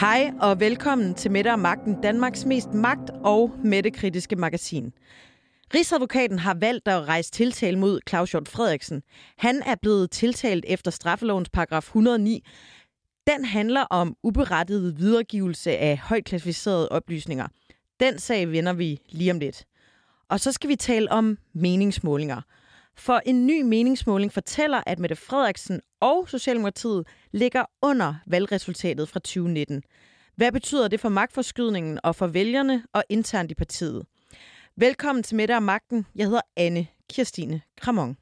Hej og velkommen til Mette og Magten, Danmarks mest magt- og mættekritiske magasin. Rigsadvokaten har valgt at rejse tiltale mod Claus Hjort Frederiksen. Han er blevet tiltalt efter straffelovens paragraf 109. Den handler om uberettiget videregivelse af højt klassificerede oplysninger. Den sag vender vi lige om lidt. Og så skal vi tale om meningsmålinger. For en ny meningsmåling fortæller, at Mette Frederiksen og Socialdemokratiet ligger under valgresultatet fra 2019. Hvad betyder det for magtforskydningen og for vælgerne og internt i partiet? Velkommen til Mette og Magten. Jeg hedder Anne Kirstine Kramon.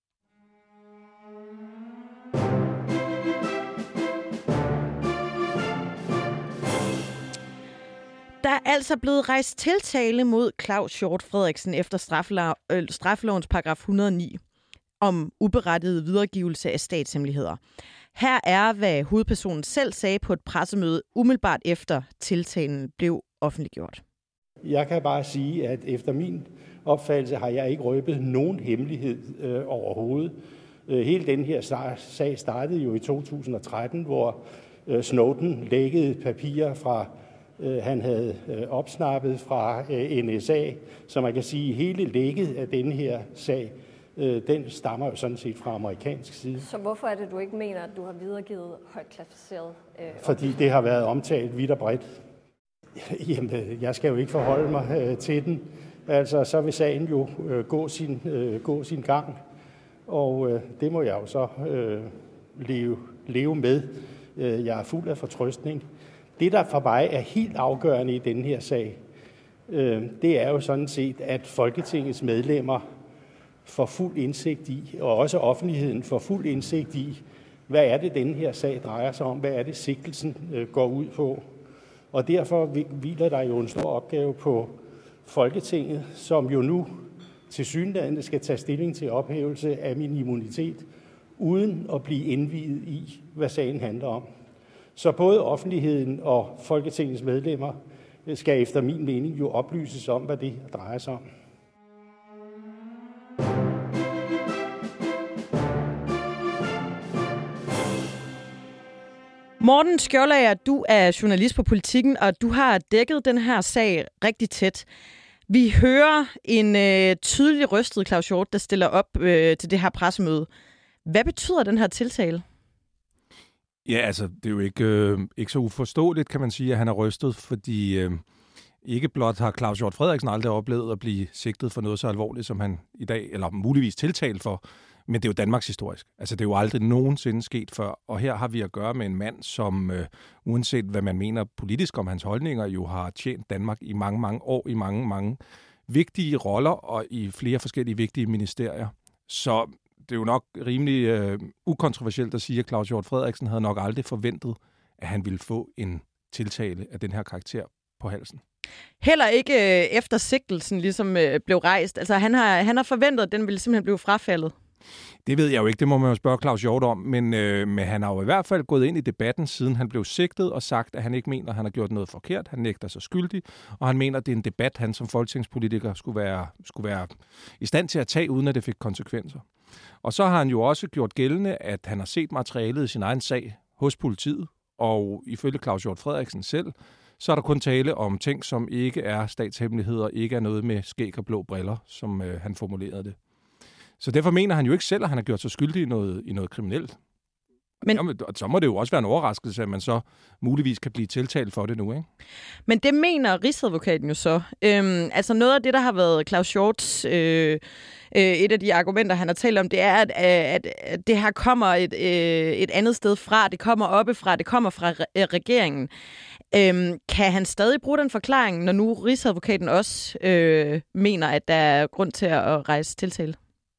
Der er altså blevet rejst tiltale mod Claus Hjort Frederiksen efter straffelovens paragraf 109 om uberettiget videregivelse af statshemmeligheder. Her er, hvad hovedpersonen selv sagde på et pressemøde umiddelbart efter tiltalen blev offentliggjort. Jeg kan bare sige, at efter min opfattelse har jeg ikke røbet nogen hemmelighed overhovedet. Hele den her sag startede jo i 2013, hvor Snowden lækkede papirer fra han havde opsnappet fra NSA, så man kan sige, at hele lækket af denne her sag, den stammer jo sådan set fra amerikansk side. Så hvorfor er det, du ikke mener, at du har videregivet højt klassificeret? Fordi det har været omtalt vidt og bredt. Jamen, jeg skal jo ikke forholde mig til den. Altså, så vil sagen jo gå sin gang, og det må jeg jo så leve med. Jeg er fuld af fortrøstning. Det, der for mig er helt afgørende i denne her sag, det er jo sådan set, at Folketingets medlemmer får fuld indsigt i, og også offentligheden får fuld indsigt i, hvad er det, denne her sag drejer sig om, hvad er det, sigtelsen går ud på. Og derfor hviler der jo en stor opgave på Folketinget, som jo nu tilsyneladende skal tage stilling til ophævelse af min immunitet, uden at blive indviet i, hvad sagen handler om. Så både offentligheden og Folketingets medlemmer skal efter min mening jo oplyses om, hvad det drejer sig om. Morten Skjoldager, du er journalist på Politikken, og du har dækket den her sag rigtig tæt. Vi hører en tydelig rystet Claus Hjort, der stiller op til det her pressemøde. Hvad betyder den her tiltale? Ja, altså, det er jo ikke så uforståeligt, kan man sige, at han er rystet, fordi ikke blot har Claus Hjort Frederiksen aldrig oplevet at blive sigtet for noget så alvorligt, som han i dag, eller muligvis tiltalt for, men det er jo Danmarks historisk. Altså, det er jo aldrig nogensinde sket før, og her har vi at gøre med en mand, som uanset hvad man mener politisk om hans holdninger, jo har tjent Danmark i mange, mange år, i mange, mange vigtige roller og i flere forskellige vigtige ministerier. Så det er jo nok rimelig ukontroversielt at sige, at Claus Hjort Frederiksen havde nok aldrig forventet, at han ville få en tiltale af den her karakter på halsen. Heller ikke efter sigtelsen ligesom blev rejst. Altså han har forventet, at den ville simpelthen blive frafaldet. Det ved jeg jo ikke, det må man jo spørge Claus Hjort om, men han har jo i hvert fald gået ind i debatten, siden han blev sigtet og sagt, at han ikke mener, at han har gjort noget forkert. Han nægter sig skyldig, og han mener, at det er en debat, han som folketingspolitiker skulle være i stand til at tage, uden at det fik konsekvenser. Og så har han jo også gjort gældende, at han har set materialet i sin egen sag hos politiet, og ifølge Claus Hjort Frederiksen selv, så er der kun tale om ting, som ikke er statshemmeligheder, ikke er noget med skæg og blå briller, som han formulerede det. Så derfor mener han jo ikke selv, at han har gjort sig skyldig i noget kriminelt. Men jamen, så må det jo også være en overraskelse, at man så muligvis kan blive tiltalt for det nu, ikke? Men det mener Rigsadvokaten jo så. Altså noget af det, der har været Claus Hjorts et af de argumenter, han har talt om, det er, at det her kommer et andet sted fra. Det kommer oppefra. Det kommer fra regeringen. Kan han stadig bruge den forklaring, når nu Rigsadvokaten også mener, at der er grund til at rejse tiltale?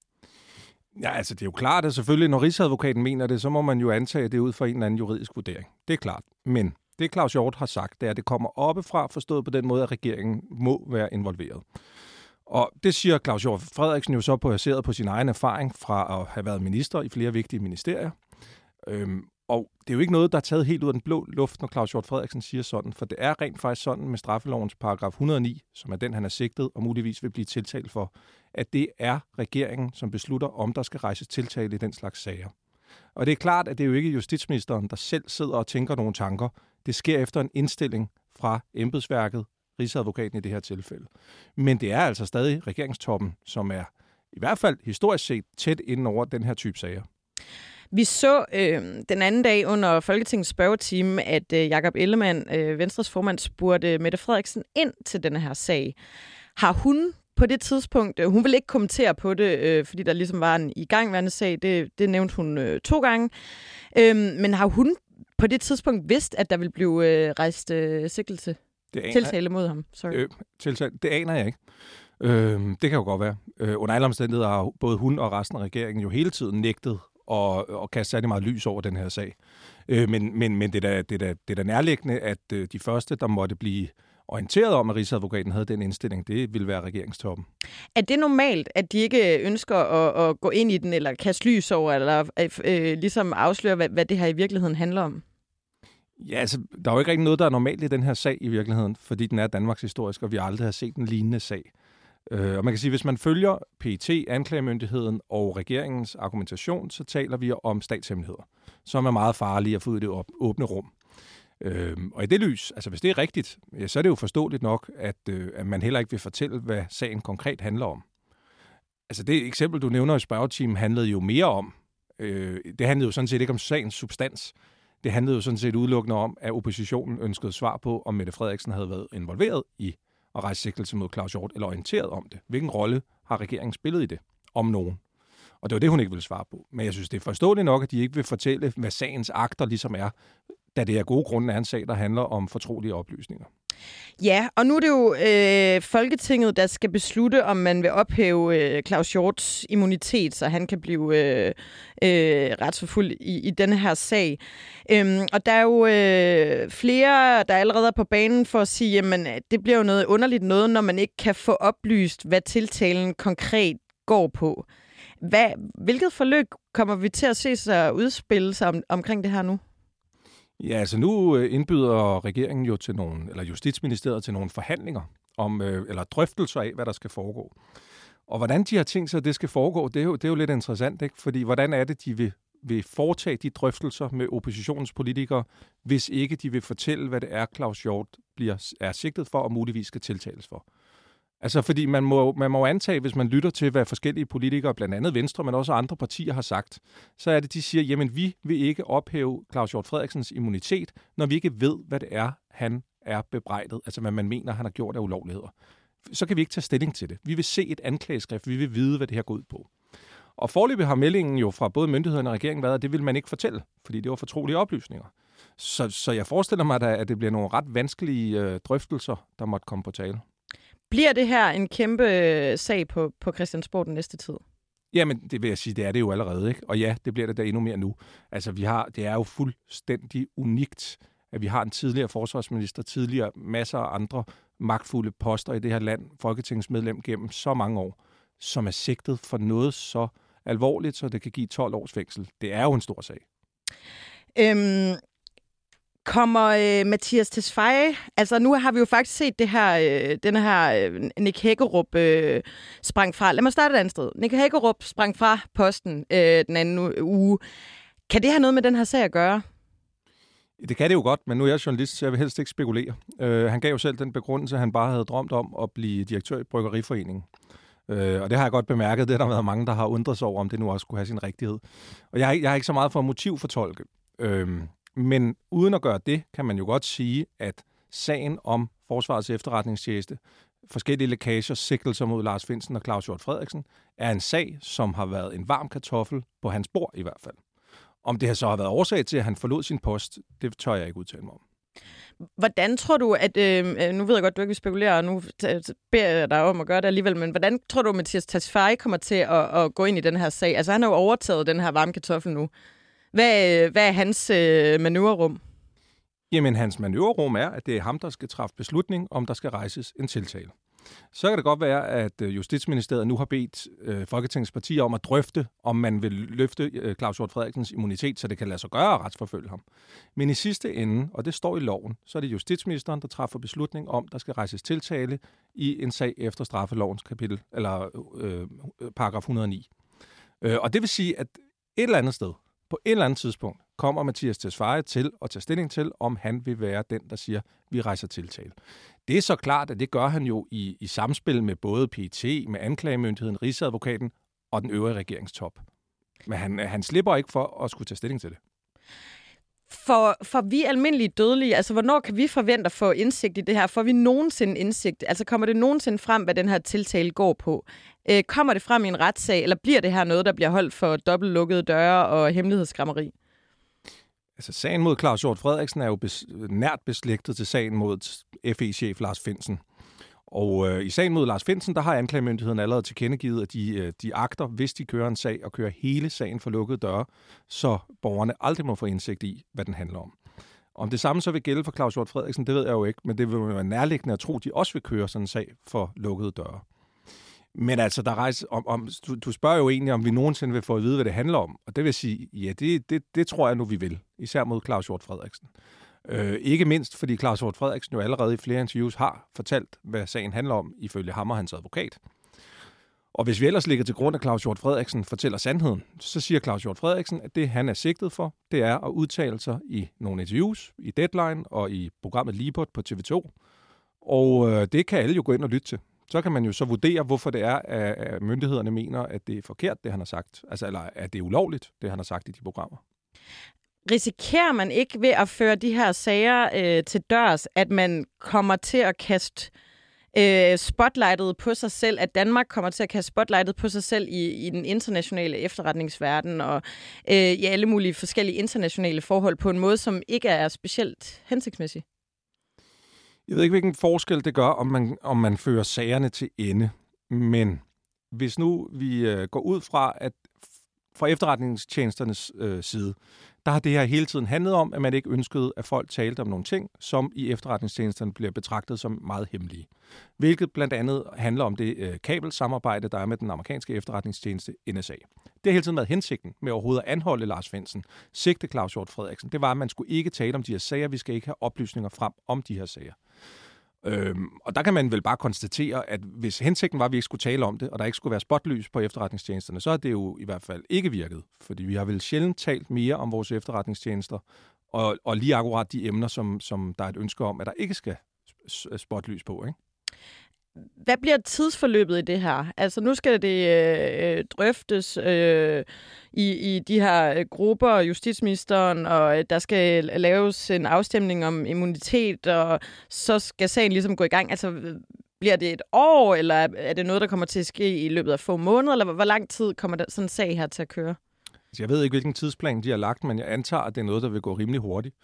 Ja, altså det er jo klart, at selvfølgelig, når Rigsadvokaten mener det, så må man jo antage det ud fra en eller anden juridisk vurdering. Det er klart. Men det Claus Hjort har sagt, det er, at det kommer oppefra, forstået på den måde, at regeringen må være involveret. Og det siger Claus Hjort Frederiksen jo så baseret på sin egen erfaring fra at have været minister i flere vigtige ministerier. Og det er jo ikke noget, der er taget helt ud af den blå luft, når Claus Hjort Frederiksen siger sådan, for det er rent faktisk sådan med straffelovens paragraf 109, som er den, han er sigtet og muligvis vil blive tiltalt for, at det er regeringen, som beslutter, om der skal rejses tiltale i den slags sager. Og det er klart, at det er jo ikke justitsministeren, der selv sidder og tænker nogle tanker. Det sker efter en indstilling fra embedsværket, Rigsadvokaten i det her tilfælde. Men det er altså stadig regeringstoppen, som er i hvert fald historisk set tæt inden over den her type sager. Vi så den anden dag under Folketingets spørgetime, at Jakob Ellemann, Venstres formand, spurgte Mette Frederiksen ind til denne her sag. Har hun på det tidspunkt, hun vil ikke kommentere på det, fordi der ligesom var en igangværende sag, det nævnte hun 2 gange, men har hun på det tidspunkt vidst, at der vil blive rejst sigtelse? Tiltale mod ham, sorry. Det aner jeg ikke. Det kan jo godt være. Under alle omstændigheder har både hun og resten af regeringen jo hele tiden nægtet og kaste særlig meget lys over den her sag. Men det er da nærliggende, at de første, der måtte blive orienteret om, at Rigsadvokaten havde den indstilling, det ville være regeringstoppen. Er det normalt, at de ikke ønsker at gå ind i den, eller kaste lys over, eller ligesom afsløre, hvad det her i virkeligheden handler om? Ja, altså, der er jo ikke rigtig noget, der er normalt i den her sag i virkeligheden, fordi den er Danmarks historisk, og vi aldrig har set en lignende sag. Og man kan sige, hvis man følger PET, anklagemyndigheden og regeringens argumentation, så taler vi om statshemmeligheder, som er meget farlige at få ud i det åbne rum. Og i det lys, altså hvis det er rigtigt, ja, så er det jo forståeligt nok, at man heller ikke vil fortælle, hvad sagen konkret handler om. Altså det eksempel, du nævner i spørgetimen, handlede jo mere om, det handlede jo sådan set ikke om sagens substans. Det handlede jo sådan set udelukkende om, at oppositionen ønskede svar på, om Mette Frederiksen havde været involveret i at rejse sigtelse mod Claus Hjort, eller orienteret om det. Hvilken rolle har regeringen spillet i det, om nogen? Og det var det, hun ikke ville svare på. Men jeg synes, det er forståeligt nok, at de ikke vil fortælle, hvad sagens akter ligesom er, da det af gode grunde er en sag, der handler om fortrolige oplysninger. Ja, og nu er det jo Folketinget, der skal beslutte, om man vil ophæve Claus Hjorts immunitet, så han kan blive retsforfulgt i denne her sag. Og der er jo flere, der allerede er på banen for at sige, jamen det bliver jo noget underligt noget, når man ikke kan få oplyst, hvad tiltalen konkret går på. Hvilket forløb kommer vi til at se sig udspille sig omkring det her nu? Ja, altså nu indbyder regeringen jo til eller Justitsministeriet til nogle forhandlinger om, eller drøftelser af, hvad der skal foregå. Og hvordan de har tænkt sig, at det skal foregå, det er jo lidt interessant, ikke? Fordi hvordan er det, de vil foretage de drøftelser med oppositionens politikere, hvis ikke de vil fortælle, hvad det er, Claus Hjort er sigtet for og muligvis skal tiltales for. Altså, fordi man må antage, hvis man lytter til, hvad forskellige politikere, blandt andet Venstre, men også andre partier har sagt, så er det, de siger, jamen vi vil ikke ophæve Claus Hjort Frederiksens immunitet, når vi ikke ved, hvad det er, han er bebrejdet, altså hvad man mener, han har gjort af ulovligheder. Så kan vi ikke tage stilling til det. Vi vil se et anklageskrift, vi vil vide, hvad det her går ud på. Og foreløbig har meldingen jo fra både myndighederne og regeringen været, at det vil man ikke fortælle, fordi det var fortrolige oplysninger. Så jeg forestiller mig da, at det bliver nogle ret vanskelige drøftelser, der måtte komme på tale. Bliver det her en kæmpe sag på Christiansborg den næste tid? Jamen, det vil jeg sige, det er det jo allerede, ikke? Og ja, det bliver det da endnu mere nu. Altså, det er jo fuldstændig unikt, at vi har en tidligere forsvarsminister, tidligere masser af andre magtfulde poster i det her land, folketingsmedlem gennem så mange år, som er sigtet for noget så alvorligt, så det kan give 12 års fængsel. Det er jo en stor sag. Kommer Mattias Tesfaye, altså nu har vi jo faktisk set det her, den her Nick Hækkerup sprang fra. Lad mig starte et andet sted. Nick Hækkerup sprang fra posten den anden uge. Kan det have noget med den her sag at gøre? Det kan det jo godt, men nu er jeg journalist, så jeg vil helst ikke spekulere. Han gav jo selv den begrundelse, at han bare havde drømt om at blive direktør i Bryggeriforeningen. Og det har jeg godt bemærket. Det har der været mange, der har undret sig over, om det nu også skulle have sin rigtighed. Og jeg har ikke så meget for motivfortolke. Men uden at gøre det, kan man jo godt sige, at sagen om Forsvarets Efterretningstjeneste, forskellige lækager, sigtelser mod Lars Findsen og Claus Hjort Frederiksen, er en sag, som har været en varm kartoffel på hans bord i hvert fald. Om det har så har været årsag til, at han forlod sin post, det tør jeg ikke udtale mig om. Hvordan tror du, at... nu ved jeg godt, du ikke vil spekulere, og nu beder jeg dig om at gøre det alligevel, men hvordan tror du, at Mattias Tesfaye kommer til at gå ind i den her sag? Altså, han har jo overtaget den her varme kartoffel nu. Hvad er hans manøvrerum? Jamen, hans manøvrerum er, at det er ham, der skal træffe beslutning, om der skal rejses en tiltale. Så kan det godt være, at Justitsministeriet nu har bedt Folketingets partier om at drøfte, om man vil løfte Claus Hjort Frederiksens immunitet, så det kan lade sig gøre at retsforfølge ham. Men i sidste ende, og det står i loven, så er det justitsministeren, der træffer beslutning om, der skal rejses tiltale i en sag efter straffelovens kapitel, eller paragraf 109. Og det vil sige, at et eller andet sted, på et eller andet tidspunkt, kommer Mathias Tesfaye til at tage stilling til, om han vil være den, der siger, vi rejser tiltale. Det er så klart, at det gør han jo i samspil med både PET, med anklagemyndigheden, Rigsadvokaten og den øvrige regeringstop. Men han slipper ikke for at skulle tage stilling til det. For vi almindelige dødelige, altså hvornår kan vi forvente at få indsigt i det her? Får vi nogensinde indsigt? Altså kommer det nogensinde frem, hvad den her tiltale går på? Kommer det frem i en retssag, eller bliver det her noget, der bliver holdt for dobbeltlukkede døre og hemmelighedskrammeri? Altså sagen mod Claus Hjort Frederiksen er jo nært beslægtet til sagen mod FE-chef Lars Findsen. Og i sagen mod Lars Findsen, der har anklagemyndigheden allerede tilkendegivet, at de agter, hvis de kører en sag, og kører hele sagen for lukkede døre, så borgerne aldrig må få indsigt i, hvad den handler om. Om det samme så vil gælde for Claus Hjort Frederiksen, det ved jeg jo ikke, men det vil være nærliggende at tro, at de også vil køre sådan en sag for lukkede døre. Men altså, du spørger jo egentlig, om vi nogensinde vil få at vide, hvad det handler om. Og det vil sige, ja, det tror jeg nu, vi vil. Især mod Claus Hjort Frederiksen. Ikke mindst, fordi Claus Hjort Frederiksen jo allerede i flere interviews har fortalt, hvad sagen handler om, ifølge ham og hans advokat. Og hvis vi ellers ligger til grund, at Claus Hjort Frederiksen fortæller sandheden, så siger Claus Hjort Frederiksen, at det, han er sigtet for, det er at udtale sig i nogle interviews, i Deadline og i programmet Libot på TV2. Og det kan alle jo gå ind og lytte til. Så kan man jo så vurdere, hvorfor det er, at myndighederne mener, at det er forkert, det han har sagt. Altså, eller at det er ulovligt, det han har sagt i de programmer. Risikerer man ikke ved at føre de her sager til dørs, at man kommer til at kaste spotlightet på sig selv, at Danmark kommer til at kaste spotlightet på sig selv i den internationale efterretningsverden og i alle mulige forskellige internationale forhold på en måde, som ikke er specielt hensigtsmæssig? Jeg ved ikke, hvilken forskel det gør, om man fører sagerne til ende. Men hvis nu vi går ud fra, at fra efterretningstjenesternes side, der har det her hele tiden handlet om, at man ikke ønskede, at folk talte om nogle ting, som i efterretningstjenesterne bliver betragtet som meget hemmelige. Hvilket blandt andet handler om det kabelsamarbejde, der er med den amerikanske efterretningstjeneste NSA. Det har hele tiden været hensigten med overhovedet at anholde Lars Findsen, sigte Claus Hjort Frederiksen. Det var, at man skulle ikke tale om de her sager, vi skal ikke have oplysninger frem om de her sager. Og der kan man vel bare konstatere, at hvis hensigten var, at vi ikke skulle tale om det, og der ikke skulle være spotlys på efterretningstjenesterne, så har det jo i hvert fald ikke virket. Fordi vi har vel sjældent talt mere om vores efterretningstjenester, og lige akkurat de emner, som der er et ønske om, at der ikke skal spotlys på, ikke? Hvad bliver tidsforløbet i det her? Altså nu skal det drøftes i de her grupper, justitsministeren, og der skal laves en afstemning om immunitet, og så skal sagen ligesom gå i gang. Altså bliver det et år, eller er det noget, der kommer til at ske i løbet af få måneder, eller hvor lang tid kommer der sådan en sag her til at køre? Jeg ved ikke, hvilken tidsplan de har lagt, men jeg antager, at det er noget, der vil gå rimelig hurtigt.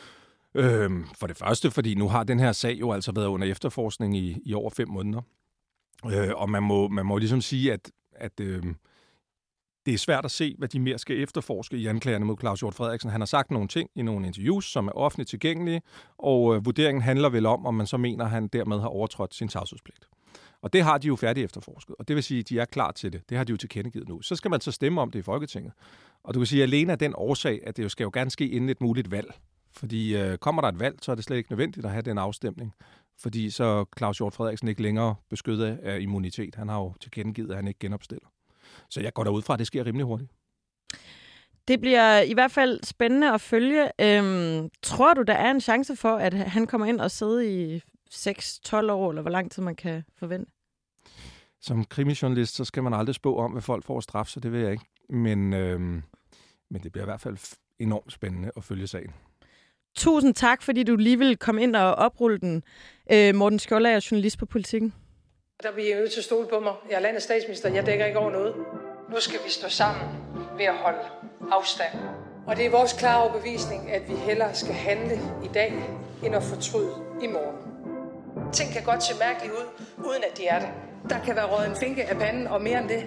For det første, fordi nu har den her sag jo altså været under efterforskning i over 5 måneder. Og man må ligesom sige, at det er svært at se, hvad de mere skal efterforske i anklagerne mod Claus Hjort Frederiksen. Han har sagt nogle ting i nogle interviews, som er offentligt tilgængelige, og vurderingen handler vel om man så mener, at han dermed har overtrådt sin tavshedspligt. Og det har de jo færdigt efterforsket, og det vil sige, at de er klar til det. Det har de jo tilkendegivet nu. Så skal man så stemme om det i Folketinget. Og du kan sige, at alene af den årsag, at det jo skal jo gerne ske inden et muligt valg. Fordi kommer der et valg, så er det slet ikke nødvendigt at have den afstemning. Fordi så er Claus Hjort Frederiksen ikke længere beskyttet af immunitet. Han har jo tilkendegivet, at han ikke genopstiller. Så jeg går derud fra, at det sker rimelig hurtigt. Det bliver i hvert fald spændende at følge. Tror du, der er en chance for, at han kommer ind og sidder i 6-12 år, eller hvor lang tid man kan forvente? Som krimijournalist, så skal man aldrig spå om, hvad folk får straf, så det vil jeg ikke. Men det bliver i hvert fald enormt spændende at følge sagen. Tusind tak, fordi du lige vil komme ind og oprulle den. Morten Skjoldager, journalist på Politikken. Der bliver I nødt til at stole på mig. Jeg er landets statsminister. Jeg dækker ikke over noget. Nu skal vi stå sammen ved at holde afstand. Og det er vores klare overbevisning, at vi hellere skal handle i dag, end at fortryde i morgen. Ting kan godt se mærkeligt ud, uden at de er det. Der kan være røget en finke af panden, og mere end det.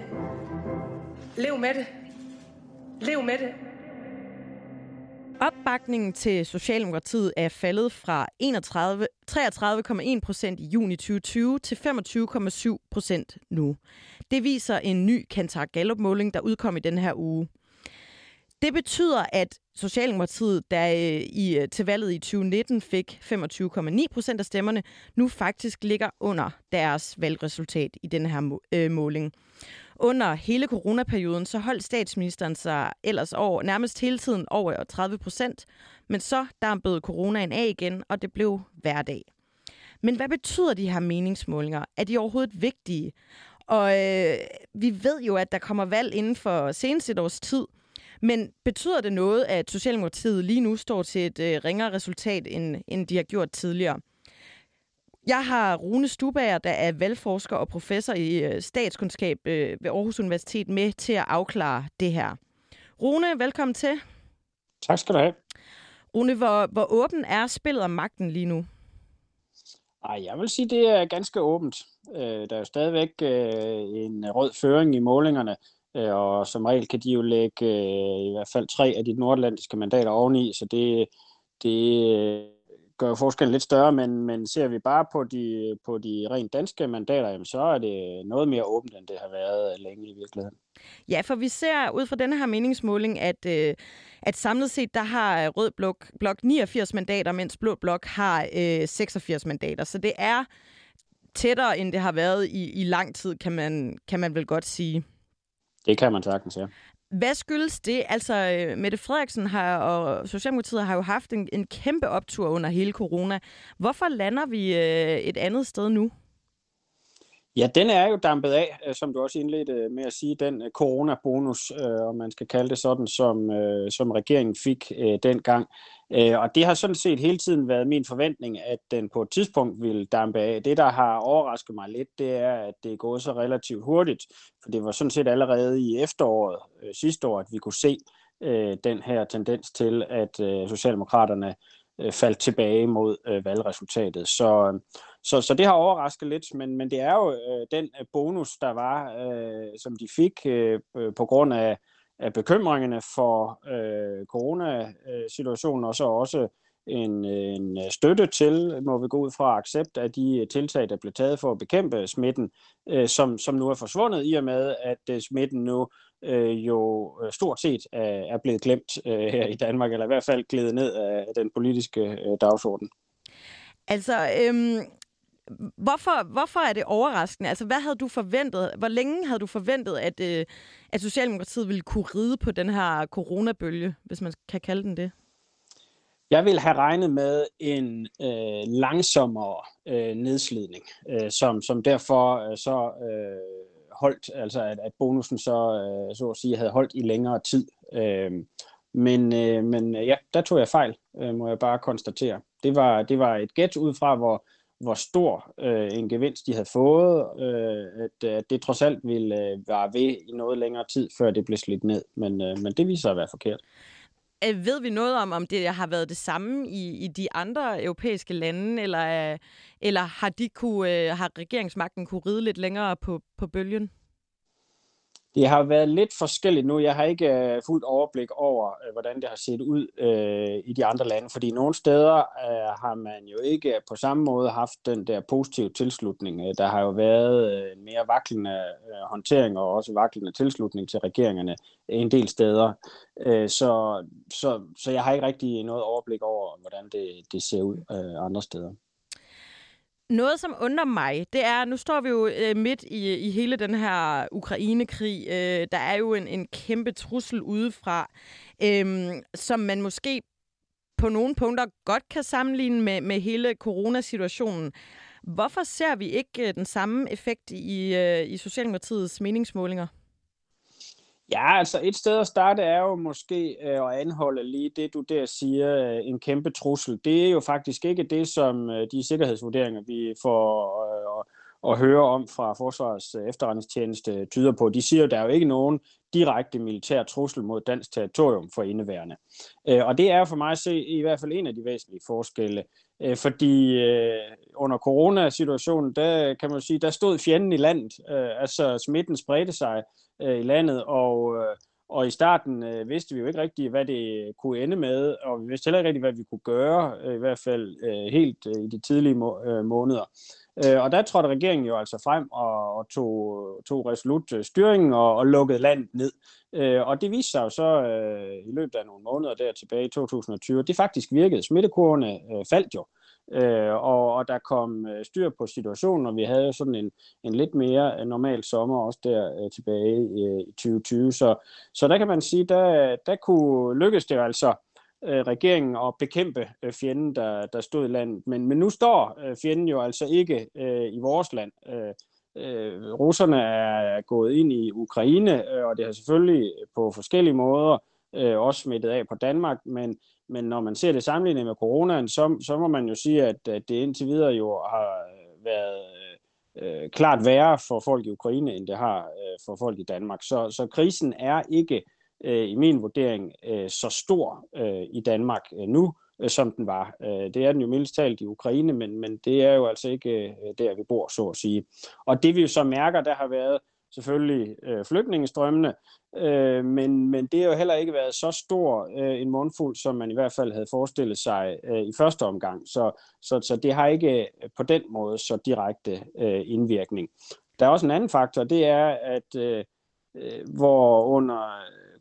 Lev med det. Lev med det. Opbakningen til Socialdemokratiet er faldet fra 33,1% i juni 2020 til 25,7% nu. Det viser en ny Kantar Gallup-måling, der udkom i denne her uge. Det betyder, at Socialdemokratiet, der til valget i 2019 fik 25,9% af stemmerne, nu faktisk ligger under deres valgresultat i denne her måling. Under hele coronaperioden, så holdt statsministeren sig ellers nærmest hele tiden over 30%, men så dampede coronaen af igen, og det blev hverdag. Men hvad betyder de her meningsmålinger? Er de overhovedet vigtige? Og vi ved jo, at der kommer valg inden for senest et års tid. Men betyder det noget, at Socialdemokratiet lige nu står til et ringere resultat, end de har gjort tidligere? Jeg har Rune Stubager, der er valgforsker og professor i statskundskab ved Aarhus Universitet, med til at afklare det her. Rune, velkommen til. Tak skal du have. Rune, hvor åben er spillet om magten lige nu? Jeg vil sige, det er ganske åbent. Der er jo stadigvæk en rød føring i målingerne, og som regel kan de jo lægge i hvert fald 3 af de nordatlantiske mandater oveni, så det gør jo forskellen lidt større, men ser vi bare på de rent danske mandater, jamen, så er det noget mere åbent, end det har været længe i virkeligheden. Ja, for vi ser ud fra denne her meningsmåling, at samlet set, der har Rød Blok 89 mandater, mens Blå Blok har 86 mandater. Så det er tættere, end det har været i lang tid, kan man vel godt sige. Det kan man sagtens, ja. Hvad skyldes det? Altså, Mette Frederiksen og Socialdemokratiet har jo haft en kæmpe optur under hele corona. Hvorfor lander vi et andet sted nu? Ja, den er jo dampet af, som du også indledte med at sige, den coronabonus, om man skal kalde det sådan, som regeringen fik dengang. Og det har sådan set hele tiden været min forventning, at den på et tidspunkt ville dampe af. Det, der har overrasket mig lidt, det er, at det er gået så relativt hurtigt. For det var sådan set allerede i efteråret sidste år, at vi kunne se den her tendens til, at Socialdemokraterne faldt tilbage mod valgresultatet. Så det har overrasket lidt, men det er jo den bonus, der var, som de fik på grund af bekymringerne for coronasituationen, og så også en støtte til, må vi gå ud fra accept af de tiltag, der blev taget for at bekæmpe smitten, som nu er forsvundet, i og med, at smitten nu jo stort set er blevet glemt her i Danmark, eller i hvert fald glædet ned af den politiske dagsorden. Altså, hvorfor er det overraskende? Altså, hvad havde du forventet? Hvor længe havde du forventet, at Socialdemokratiet ville kunne ride på den her coronabølge, hvis man kan kalde den det? Jeg ville have regnet med en langsommere nedslidning, som derfor så holdt, altså at bonusen så at sige havde holdt i længere tid. Men ja, der tog jeg fejl, må jeg bare konstatere. Det var et gæt ud fra, hvor stor en gevinst de havde fået, at det trods alt ville være ved i noget længere tid, før det blev slidt ned. Men det viser sig at være forkert. Ved vi noget om det har været det samme i de andre europæiske lande, eller har regeringsmagten kunne ride lidt længere på bølgen? Det har været lidt forskelligt nu. Jeg har ikke fuldt overblik over, hvordan det har set ud i de andre lande, fordi nogle steder har man jo ikke på samme måde haft den der positive tilslutning. Der har jo været en mere vaklende håndtering og også vaklende tilslutning til regeringerne en del steder. Så jeg har ikke rigtig noget overblik over, hvordan det ser ud andre steder. Noget, som undrer mig, det er, nu står vi jo midt i hele den her Ukraine-krig. Der er jo en kæmpe trussel udefra, som man måske på nogle punkter godt kan sammenligne med hele coronasituationen. Hvorfor ser vi ikke den samme effekt i Socialdemokratiets meningsmålinger? Ja, altså et sted at starte er jo måske at anholde lige det, du der siger, en kæmpe trussel. Det er jo faktisk ikke det, som de sikkerhedsvurderinger, vi får at høre om fra Forsvarets efterretningstjeneste tyder på. De siger, at der er jo ikke nogen direkte militær trussel mod dansk territorium for indeværende. Og det er for mig at se i hvert fald en af de væsentlige forskelle. Fordi under coronasituationen, der kan man sige, der stod fjenden i landet. Altså smitten spredte sig i landet, og i starten vidste vi jo ikke rigtigt, hvad det kunne ende med, og vi vidste heller ikke rigtigt, hvad vi kunne gøre, i hvert fald helt i de tidlige måneder. Og der trådte regeringen jo altså frem og tog resolut styringen og lukkede landet ned. Og det viste sig jo så i løbet af nogle måneder der tilbage i 2020, det faktisk virkede. Smittekurverne faldt jo. og der kom styr på situationen, og vi havde sådan en lidt mere normal sommer også der tilbage i 2020. Så der kan man sige, der kunne lykkes det altså regeringen at bekæmpe fjenden, der stod i landet. Men nu står fjenden jo altså ikke i vores land. Russerne er gået ind i Ukraine, og det har selvfølgelig på forskellige måder også smittet af på Danmark, men når man ser det sammenlignet med coronaen, så må man jo sige, at det indtil videre jo har været klart værre for folk i Ukraine, end det har for folk i Danmark. Så krisen er ikke i min vurdering så stor i Danmark nu, som den var. Det er den jo mildest talt i Ukraine, men det er jo altså ikke der, vi bor, så at sige. Og det vi jo så mærker, der har været selvfølgelig flygtningestrømmene, men det har jo heller ikke været så stor en mundfuld, som man i hvert fald havde forestillet sig i første omgang. Så det har ikke på den måde så direkte indvirkning. Der er også en anden faktor, det er, at hvor under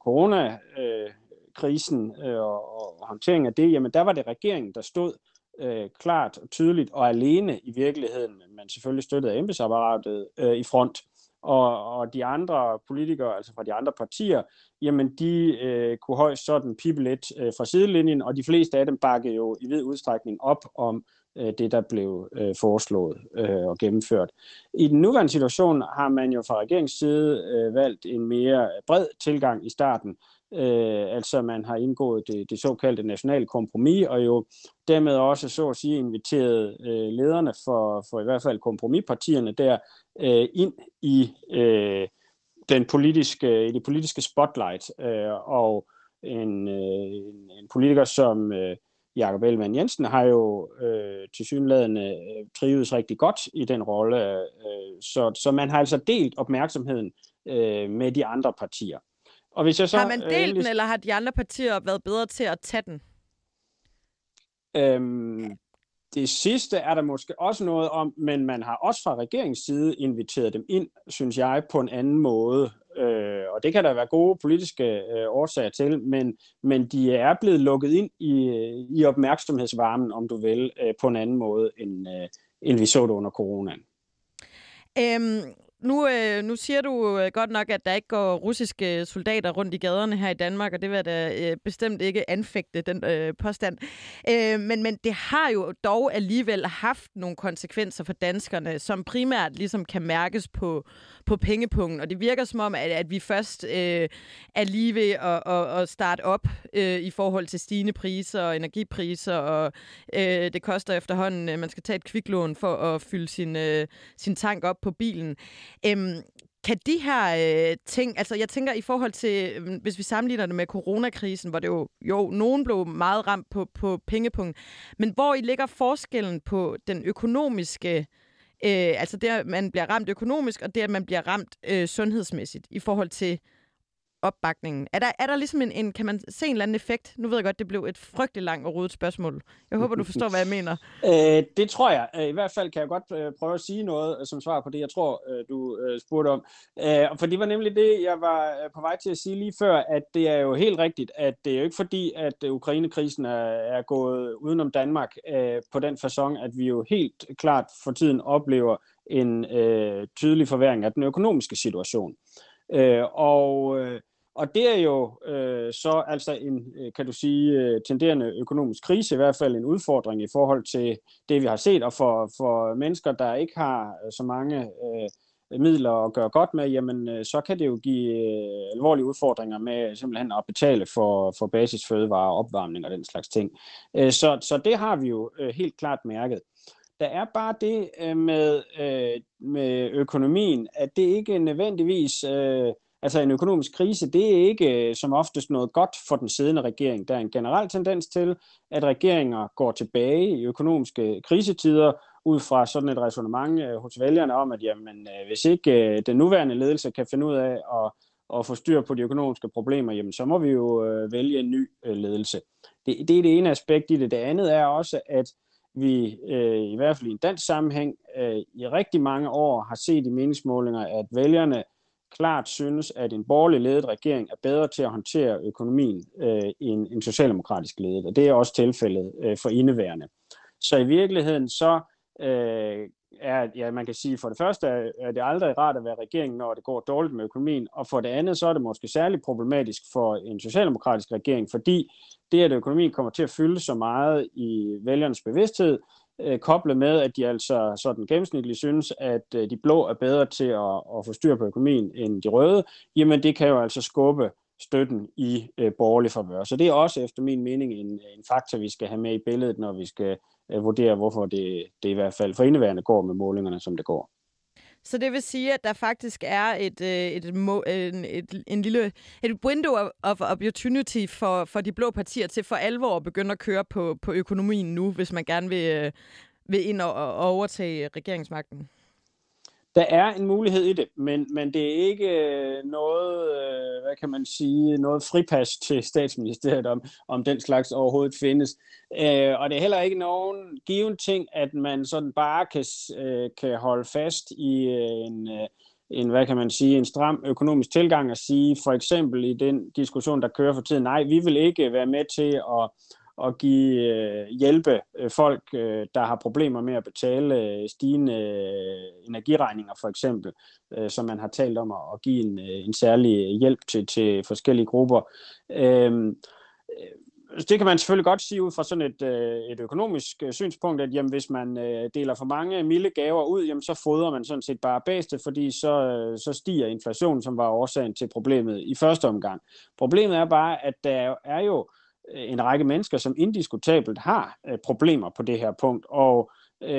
coronakrisen og håndteringen af det, jamen der var det regeringen, der stod klart og tydeligt og alene i virkeligheden, men selvfølgelig støttet af embedsapparatet i front. Og de andre politikere, altså fra de andre partier, jamen de kunne højst sådan pippe lidt fra sidelinjen, og de fleste af dem bakkede jo i vid udstrækning op om det, der blev foreslået og gennemført. I den nuværende situation har man jo fra regeringens side valgt en mere bred tilgang i starten. Altså man har indgået det såkaldte nationale kompromis, og jo dermed også så at sige inviteret lederne for i hvert fald kompromispartierne der ind i det politiske spotlight, og en politiker som Jakob Ellemann-Jensen har jo tilsyneladende trivedes rigtig godt i den rolle, så man har altså delt opmærksomheden med de andre partier. Og hvis jeg så, har man delt den, eller har de andre partier været bedre til at tage den? Det sidste er der måske også noget om, men man har også fra regeringens side inviteret dem ind, synes jeg, på en anden måde. Og det kan der være gode politiske årsager til, men de er blevet lukket ind i opmærksomhedsvarmen, om du vil, på en anden måde, end vi så det under coronaen. Nu siger du godt nok, at der ikke går russiske soldater rundt i gaderne her i Danmark, og det vil jeg da bestemt ikke anfægte, den påstand. Men det har jo dog alligevel haft nogle konsekvenser for danskerne, som primært ligesom kan mærkes på pengepungen. Og det virker som om, at vi først er lige ved at starte op i forhold til stigende priser og energipriser, og det koster efterhånden, man skal tage et kviklån for at fylde sin tank op på bilen. Kan de her ting, altså jeg tænker i forhold til, hvis vi sammenligner det med coronakrisen, hvor det jo nogen blev meget ramt på pengepunkten, men hvor I ligger forskellen på den økonomiske, altså det, at man bliver ramt økonomisk, og det, at man bliver ramt sundhedsmæssigt i forhold til opbakningen. Er der ligesom kan man se en eller anden effekt? Nu ved jeg godt, det blev et frygtelig langt og rodet spørgsmål. Jeg håber, du forstår, hvad jeg mener. Det tror jeg. I hvert fald kan jeg godt prøve at sige noget som svar på det, jeg tror, du spurgte om. For det var nemlig det, jeg var på vej til at sige lige før, at det er jo helt rigtigt, at det er jo ikke fordi, at Ukraine-krisen er gået udenom Danmark på den facon, at vi jo helt klart for tiden oplever en tydelig forværring af den økonomiske situation. Og det er jo så altså en, kan du sige, tenderende økonomisk krise, i hvert fald en udfordring i forhold til det, vi har set, og for mennesker, der ikke har så mange midler at gøre godt med, jamen så kan det jo give alvorlige udfordringer med simpelthen at betale for basisfødevarer, opvarmning og den slags ting. Så det har vi jo helt klart mærket. Der er bare det med økonomien, at det ikke nødvendigvis, altså en økonomisk krise, det er ikke som oftest noget godt for den siddende regering. Der er en generel tendens til, at regeringer går tilbage i økonomiske krisetider, ud fra sådan et ræsonnement hos vælgerne om, at jamen, hvis ikke den nuværende ledelse kan finde ud af at få styr på de økonomiske problemer, jamen, så må vi jo vælge en ny ledelse. Det er det ene aspekt i det. Det andet er også, at vi i hvert fald i en dansk sammenhæng i rigtig mange år har set i meningsmålinger, at vælgerne klart synes, at en borgerlig ledet regering er bedre til at håndtere økonomien end en socialdemokratisk ledet, og det er også tilfældet for indeværende. Så i virkeligheden så man kan sige, for det første er det aldrig rart at være regering, når det går dårligt med økonomien, og for det andet, så er det måske særligt problematisk for en socialdemokratisk regering, fordi det, at økonomien kommer til at fylde så meget i vælgernes bevidsthed, koblet med, at de altså sådan gennemsnitligt synes, at de blå er bedre til at få styr på økonomien end de røde, jamen det kan jo altså skubbe støtten i borgerlig favør. Så det er også efter min mening en faktor, vi skal have med i billedet, når vi skal vurdere, hvorfor det i hvert fald for indeværende går med målingerne, som det går. Så det vil sige, at der faktisk er et window of opportunity for de blå partier til for alvor at begynde at køre på økonomien nu, hvis man gerne vil ind og overtage regeringsmagten? Der er en mulighed i det, men det er ikke noget, noget fripas til statsministeriet, om den slags overhovedet findes. Og det er heller ikke nogen given ting, at man sådan bare kan holde fast i en stram økonomisk tilgang og sige, for eksempel i den diskussion, der kører for tiden, nej, vi vil ikke være med til at hjælpe folk, der har problemer med at betale stigende energiregninger, for eksempel, som man har talt om at give en særlig hjælp til forskellige grupper. Det kan man selvfølgelig godt sige ud fra sådan et økonomisk synspunkt, at jamen, hvis man deler for mange milde gaver ud, jamen, så fodrer man sådan set bare bedste, fordi så stiger inflationen, som var årsagen til problemet i første omgang. Problemet er bare, at der er jo en række mennesker, som indiskutabelt har problemer på det her punkt, og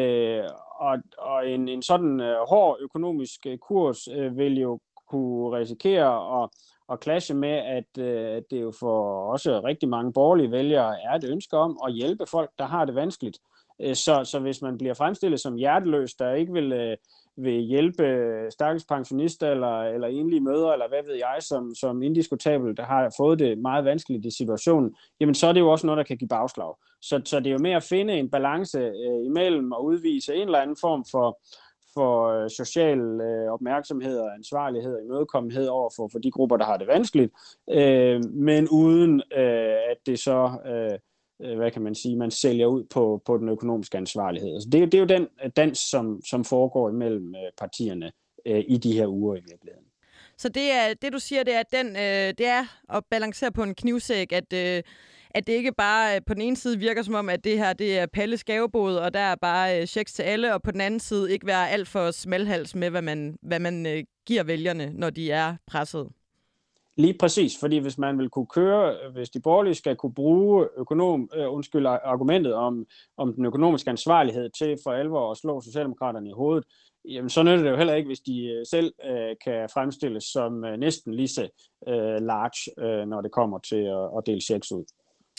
en sådan hård økonomisk kurs vil jo kunne risikere at clashe med, at det jo for også rigtig mange borgerlige vælgere er et ønske om at hjælpe folk, der har det vanskeligt. Så hvis man bliver fremstillet som hjerteløs, der ikke vil hjælpe stakkels pensionister eller enlige mødre, eller hvad ved jeg, som indiskutabelt har fået det meget vanskeligt i situationen, jamen så er det jo også noget, der kan give bagslag. Så det er jo med at finde en balance imellem og udvise en eller anden form for social opmærksomhed og ansvarlighed og imødekommenhed over for de grupper, der har det vanskeligt, men uden at det så man sælger ud på den økonomiske ansvarlighed. Altså det er jo den dans, som foregår imellem partierne i de her uger i virkeligheden. Så det du siger, det er at balancere på en knivsæg, at det ikke bare på den ene side virker som om, at det her det er Palles gavebod, og der er bare checks til alle, og på den anden side ikke være alt for smalhals med, hvad man giver vælgerne, når de er presset. Lige præcis, fordi hvis de borgerlige skal kunne bruge argumentet om den økonomiske ansvarlighed til for alvor at slå Socialdemokraterne i hovedet, jamen så nytter det jo heller ikke, hvis de selv kan fremstilles som næsten lige så large, når det kommer til at dele checks ud.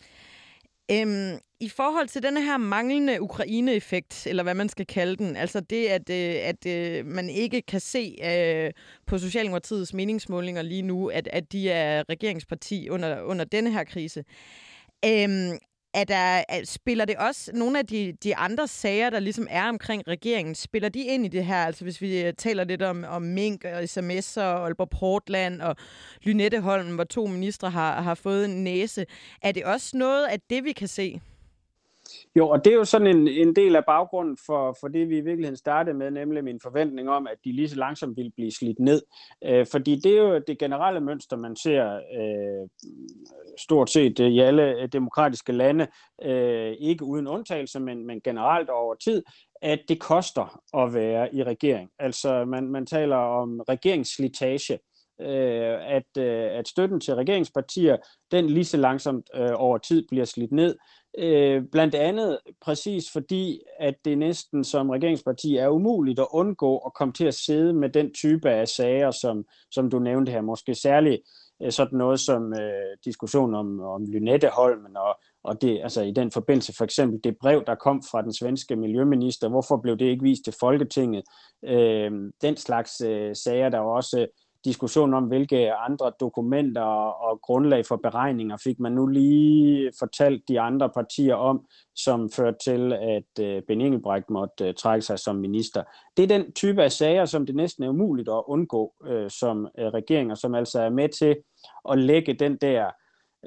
I forhold til denne her manglende Ukraine-effekt, eller hvad man skal kalde den, altså det, at man ikke kan se på Socialdemokratiets meningsmålinger lige nu, at de er regeringsparti under denne her krise, spiller det også nogle af de andre sager, der ligesom er omkring regeringen, spiller de ind i det her? Altså hvis vi taler lidt om mink og sms'er og Aalborg Portland og Lynetteholm, hvor 2 ministre har fået en næse. Er det også noget af det, vi kan se? Jo, og det er jo sådan en del af baggrunden for det, vi i virkeligheden startede med, nemlig min forventning om, at de lige så langsomt vil blive slidt ned. Fordi det er jo det generelle mønster, man ser stort set i alle demokratiske lande, ikke uden undtagelse, men generelt over tid, at det koster at være i regering. Altså man taler om regeringsslitage. At støtten til regeringspartier, den lige så langsomt over tid bliver slidt ned. Blandt andet præcis fordi, at det næsten som regeringsparti er umuligt at undgå at komme til at sidde med den type af sager, som du nævnte her. Måske særligt sådan noget som diskussion om Lynetteholmen og det, altså i den forbindelse for eksempel det brev, der kom fra den svenske miljøminister. Hvorfor blev det ikke vist til Folketinget? Den slags sager, der også diskussion om, hvilke andre dokumenter og grundlag for beregninger fik man nu lige fortalt de andre partier om, som førte til, at Benny Engelbrecht måtte trække sig som minister. Det er den type af sager, som det næsten er umuligt at undgå som regeringer, som altså er med til at lægge den der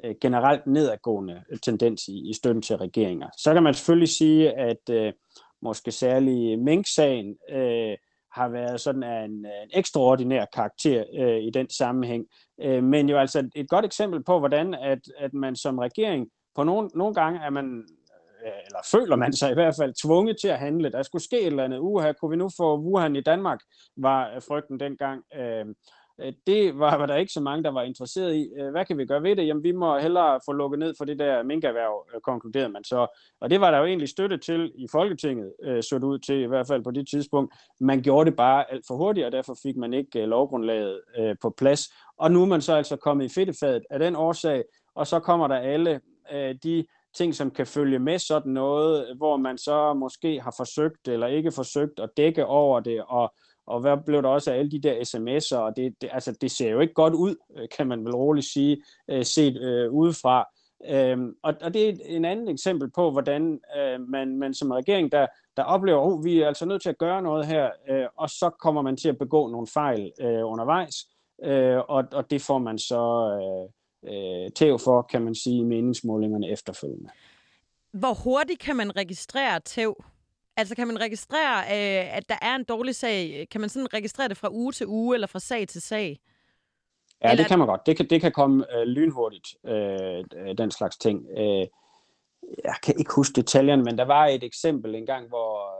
generelt nedadgående tendens i støtten til regeringer. Så kan man selvfølgelig sige, at måske særlig Mink-sagen har været sådan en ekstraordinær karakter i den sammenhæng. Men jo altså et godt eksempel på, hvordan at man som regering, på nogle gange er man, eller føler man sig i hvert fald tvunget til at handle. Der skulle ske et eller andet. Kunne vi nu få Wuhan i Danmark, var frygten dengang. Det var der ikke så mange, der var interesseret i. Hvad kan vi gøre ved det? Jamen, vi må hellere få lukket ned for det der minkerhverv, konkluderede man så. Og det var der jo egentlig støtte til i Folketinget, så det ud til i hvert fald på det tidspunkt. Man gjorde det bare alt for hurtigt, og derfor fik man ikke lovgrundlaget på plads. Og nu er man så altså kommet i fedtefadet af den årsag, og så kommer der alle de ting, som kan følge med sådan noget, hvor man så måske har forsøgt eller ikke forsøgt at dække over det, og hvad blev der også af alle de der sms'er, og det ser jo ikke godt ud, kan man vel roligt sige, set udefra. Og det er en anden eksempel på, hvordan man som regering, der oplever, at vi er altså nødt til at gøre noget her, og så kommer man til at begå nogle fejl undervejs, og det får man så tæv for, kan man sige, i meningsmålingerne efterfølgende. Hvor hurtigt kan man registrere tæv? Altså kan man registrere, at der er en dårlig sag? Kan man sådan registrere det fra uge til uge, eller fra sag til sag? Ja, det kan man godt. Det kan komme lynhurtigt, den slags ting. Jeg kan ikke huske detaljerne, men der var et eksempel engang, hvor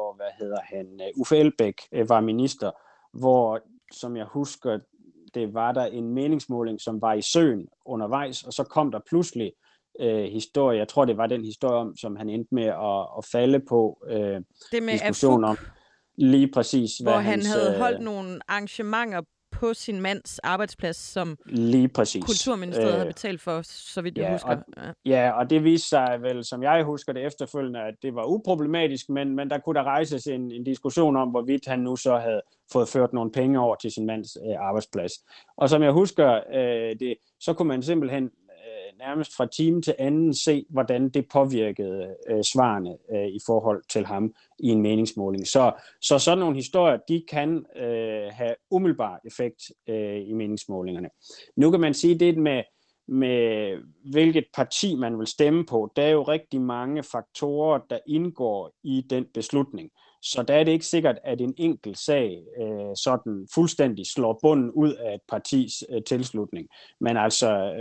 Uffe Elbæk var minister, hvor, som jeg husker, det var der en meningsmåling, som var i søen undervejs, og så kom der pludselig historie. Jeg tror, det var den historie om, som han endte med at falde på. Det med diskussion om lige præcis, hvor han havde holdt nogle arrangementer på sin mands arbejdsplads, som lige præcis. Kulturministeriet havde betalt for, så vidt jeg husker. Og det viste sig vel, som jeg husker det efterfølgende, at det var uproblematisk, men der kunne der rejses en diskussion om, hvorvidt han nu så havde fået ført nogle penge over til sin mands arbejdsplads. Og som jeg husker det, så kunne man simpelthen nærmest fra time til anden se, hvordan det påvirkede svarene i forhold til ham i en meningsmåling. Så sådan nogle historier, de kan have umiddelbar effekt i meningsmålingerne. Nu kan man sige, det med hvilket parti man vil stemme på, der er jo rigtig mange faktorer, der indgår i den beslutning. Så der er det ikke sikkert, at en enkelt sag sådan fuldstændig slår bunden ud af et partis tilslutning. Men altså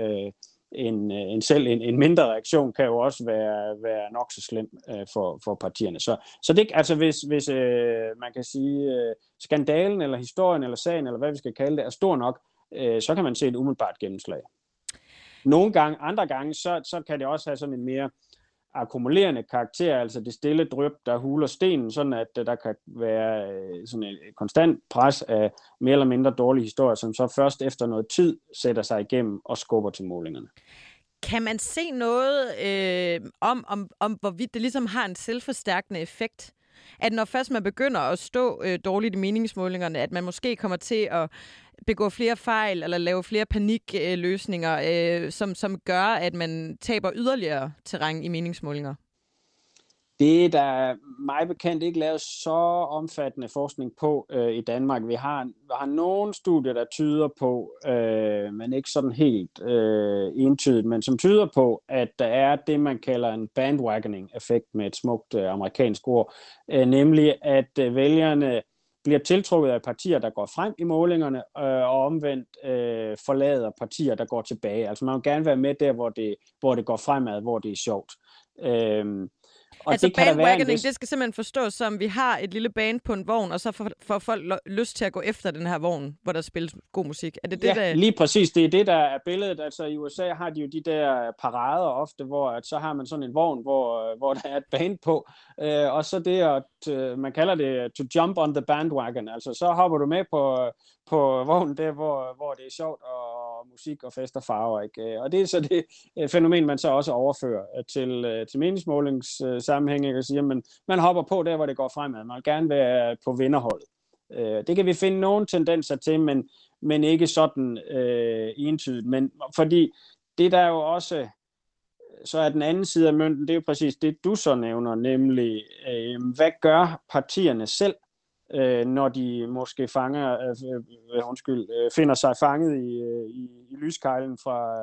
en mindre reaktion kan jo også være nok så slem for partierne. Så det, altså hvis man kan sige, skandalen eller historien eller sagen, eller hvad vi skal kalde det, er stor nok, så kan man se et umiddelbart gennemslag. Andre gange, så kan det også have sådan en mere akkumulerende karakter, altså det stille dryp, der huler stenen, sådan at der kan være sådan et konstant pres af mere eller mindre dårlige historier, som så først efter noget tid sætter sig igennem og skubber til målingerne. Kan man se noget om hvorvidt det ligesom har en selvforstærkende effekt? At når først man begynder at stå dårligt i meningsmålingerne, at man måske kommer til at begå flere fejl eller lave flere panikløsninger, som gør, at man taber yderligere terræn i meningsmålinger? Det er der mig bekendt ikke lavet så omfattende forskning på i Danmark. Vi har nogle studier, der tyder på, men ikke sådan helt entydigt, men som tyder på, at der er det, man kalder en bandwagoning-effekt med et smukt amerikansk ord, nemlig at vælgerne bliver tiltrukket af partier, der går frem i målingerne, og omvendt forlader partier, der går tilbage. Altså man vil gerne være med der, hvor det går fremad, hvor det er sjovt. Og altså bandwagoning, det skal simpelthen forstås som, vi har et lille band på en vogn, og så får folk lyst til at gå efter den her vogn, hvor der spilles god musik. Er det det, der... lige præcis. Det er det, der er billedet. Altså i USA har de jo de der parader ofte, hvor at så har man sådan en vogn, hvor der er et band på, og så det, at man kalder det to jump on the bandwagon. Altså så hopper du med på vognen der, hvor det er sjovt, og musik og fest og farver, ikke? Og det er så det fænomen, man så også overfører til meningsmålingssammenhæng, og siger, men man hopper på der, hvor det går fremad. Man vil gerne være på vinderholdet. Det kan vi finde nogle tendenser til, men ikke sådan entydigt. Men fordi det der jo også, så er den anden side af mønten, det er jo præcis det, du så nævner, nemlig hvad gør partierne selv, når de måske finder sig fanget i lyskejlen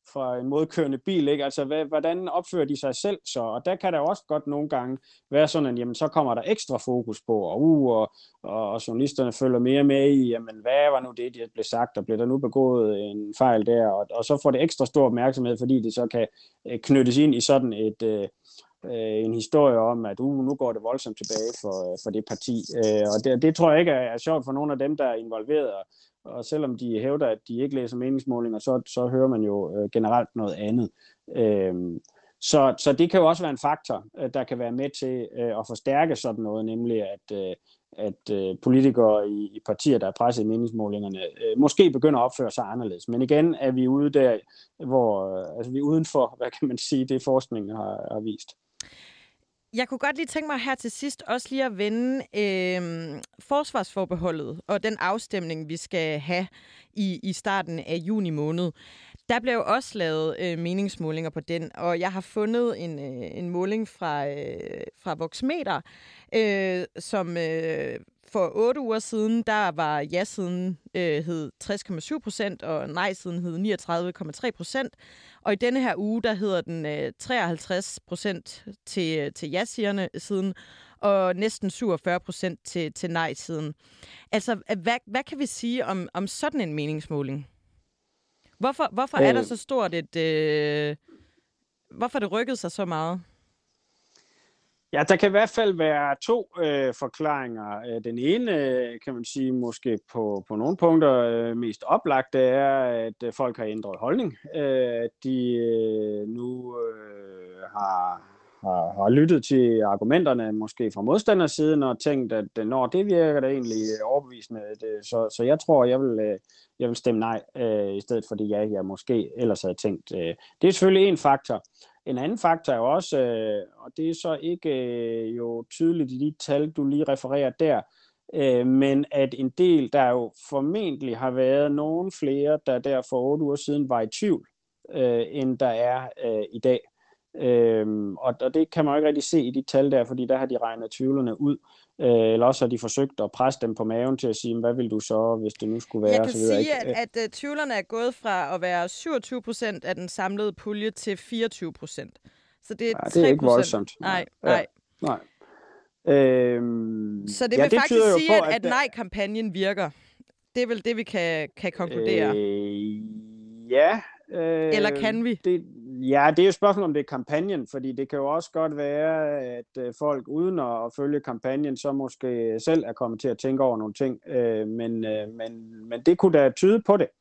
fra en modkørende bil, ikke? Altså, hvordan opfører de sig selv så? Og der kan der jo også godt nogle gange være sådan, at jamen, så kommer der ekstra fokus på, og journalisterne følger mere med i, jamen, hvad var nu det, der blev sagt, og blev der nu begået en fejl der? Og så får det ekstra stor opmærksomhed, fordi det så kan knyttes ind i sådan en historie om, at nu går det voldsomt tilbage for det parti. Og det tror jeg ikke er sjovt for nogle af dem, der er involveret. Og selvom de hævder, at de ikke læser meningsmålinger, så hører man jo generelt noget andet. Så det kan jo også være en faktor, der kan være med til at forstærke sådan noget, nemlig at politikere i partier, der er presset i meningsmålingerne, måske begynder at opføre sig anderledes. Men igen er vi ude der, hvor vi er uden for, hvad kan man sige, det forskningen har vist. Jeg kunne godt lige tænke mig her til sidst også lige at vende forsvarsforbeholdet og den afstemning, vi skal have i starten af juni måned. Der blev jo også lavet meningsmålinger på den, og jeg har fundet en måling fra Voxmeter, som for 8 uger siden, der var ja-siden hed 60,7%, og nej-siden hed 39,3%. Og i denne her uge, der hedder den 53% til ja-siden, og næsten 47% til nej-siden. Altså, hvad kan vi sige om sådan en meningsmåling? Hvorfor er der så stort hvorfor det rykket sig så meget? Ja, der kan i hvert fald være 2 forklaringer. Den ene, kan man sige, måske på nogle punkter mest oplagte er, at folk har ændret holdning. De nu har lyttet til argumenterne, måske fra modstandersiden, og tænkt, at når det virker da egentlig overbevisende. Så jeg tror, jeg vil stemme nej, i stedet for det ja, jeg måske ellers havde tænkt. Det er selvfølgelig en faktor. En anden faktor er jo også, og det er så ikke jo tydeligt i de tal, du lige refererer der, men at en del, der jo formentlig har været nogen flere, der der for 8 uger siden var i tvivl, end der er i dag. Og det kan man jo ikke rigtig se i de tal der, fordi der har de regnet tvivlerne ud. Eller også har de forsøgt at presse dem på maven til at sige, hvad vil du så, hvis det nu skulle være? Jeg kan så videre, sige, at tvivlerne er gået fra at være 27% af den samlede pulje til 24%. Så det er 3%. Det er ikke voldsomt. Nej. Så det vil faktisk sige, at nej-kampagnen virker. Det er vel det, vi kan konkludere. Ja. Eller kan vi? Det er jo et spørgsmål, om det er kampagnen, fordi det kan jo også godt være, at folk uden at følge kampagnen, så måske selv er kommet til at tænke over nogle ting. Men det kunne da tyde på det.